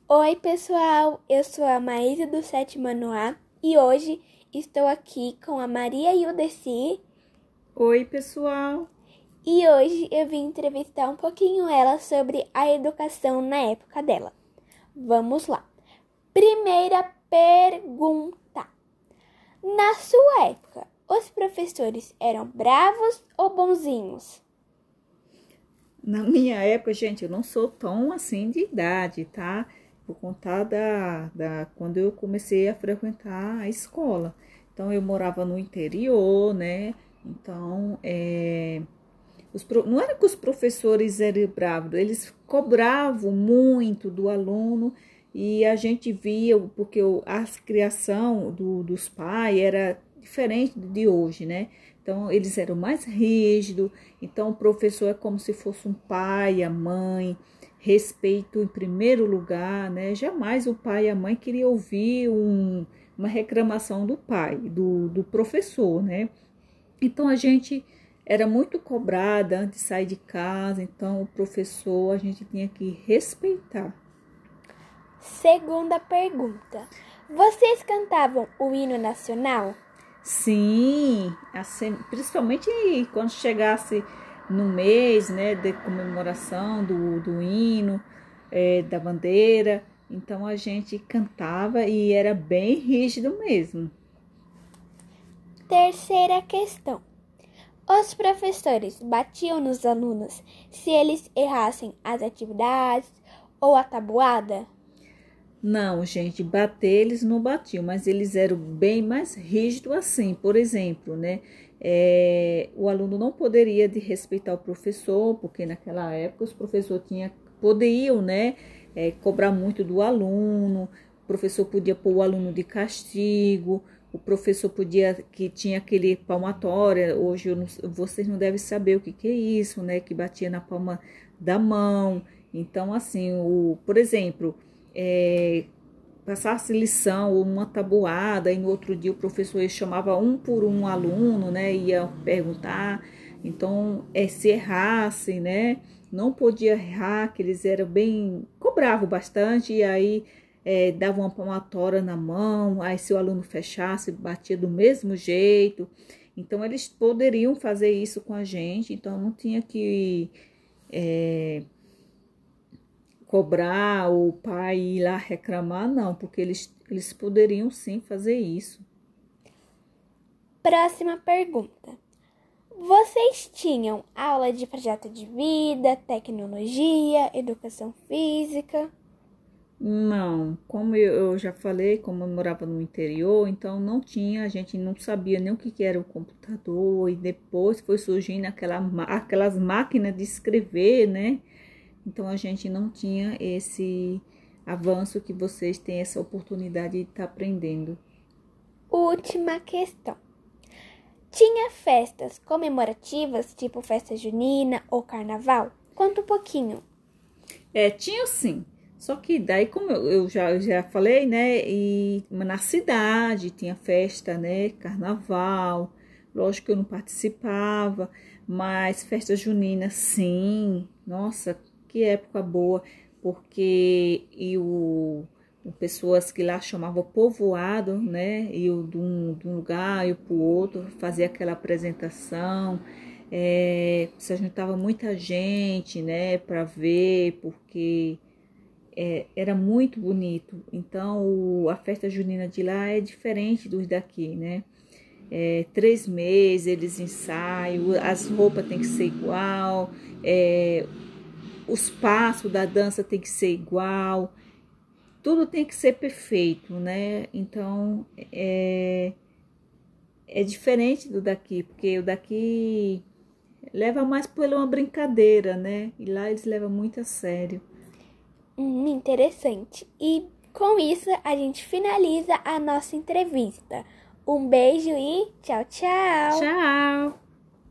Oi, pessoal! Eu sou a Maísa do 7º A e hoje estou aqui com a Maria e o Desi. Oi, pessoal! E hoje eu vim entrevistar um pouquinho ela sobre a educação na época dela. Vamos lá! Primeira pergunta. Na sua época, os professores eram bravos ou bonzinhos? Na minha época, gente, eu não sou tão assim de idade, tá? Vou contar quando eu comecei a frequentar a escola. Então, eu morava no interior, né? Então, não era que os professores eram bravos, eles cobravam muito do aluno e a gente via, porque a criação dos pais era diferente de hoje, né? Então, eles eram mais rígidos, então o professor é como se fosse um pai, a mãe, respeito em primeiro lugar, né? Jamais o pai e a mãe queriam ouvir uma reclamação do pai, do professor, né? Então, a gente era muito cobrada antes de sair de casa, então o professor a gente tinha que respeitar. Segunda pergunta. Vocês cantavam o hino nacional? Sim, assim, principalmente quando chegasse no mês, né, de comemoração do hino, da bandeira, então a gente cantava e era bem rígido mesmo. Terceira questão. Os professores batiam nos alunos se eles errassem as atividades ou a tabuada? Não, gente, bater eles não batiam, mas eles eram bem mais rígidos assim. Por exemplo, né? O aluno não poderia respeitar o professor, porque naquela época os professores poderiam, né? Cobrar muito do aluno, o professor podia pôr o aluno de castigo, o professor que tinha aquele palmatória. Hoje vocês não devem saber o que é isso, né? Que batia na palma da mão. Então, assim, por exemplo, passasse lição ou uma tabuada, e no outro dia o professor chamava um por um aluno, né, ia perguntar, então se errasse, né, não podia errar, que eles eram cobravam bastante, e aí davam uma palmatória na mão, aí se o aluno fechasse, batia do mesmo jeito, então eles poderiam fazer isso com a gente, então não tinha que cobrar o pai ir lá reclamar, não, porque eles poderiam sim fazer isso. Próxima pergunta. Vocês tinham aula de projeto de vida, tecnologia, educação física? Não, como eu já falei, como eu morava no interior, então não tinha, a gente não sabia nem o que era o computador, e depois foi surgindo aquelas máquinas de escrever, né? Então a gente não tinha esse avanço que vocês têm essa oportunidade de estar aprendendo. Última questão. Tinha festas comemorativas, tipo festa junina ou carnaval? Conta um pouquinho. Tinha sim. Só que daí, como eu já falei, né? E na cidade tinha festa, né? Carnaval. Lógico que eu não participava, mas festa junina, sim. Nossa, que época boa. Porque pessoas que lá chamavam povoado, né? Iam de um lugar e para o outro, fazia aquela apresentação. Se juntava muita gente, né? Para ver, porque era muito bonito. Então, a festa junina de lá é diferente dos daqui, né? 3 meses eles ensaiam, as roupas tem que ser igual, os passos da dança tem que ser igual, tudo tem que ser perfeito, né? Então, é diferente do daqui, porque o daqui leva mais por uma brincadeira, né? E lá eles levam muito a sério. Interessante. E com isso a gente finaliza a nossa entrevista. Um beijo e tchau, tchau! Tchau!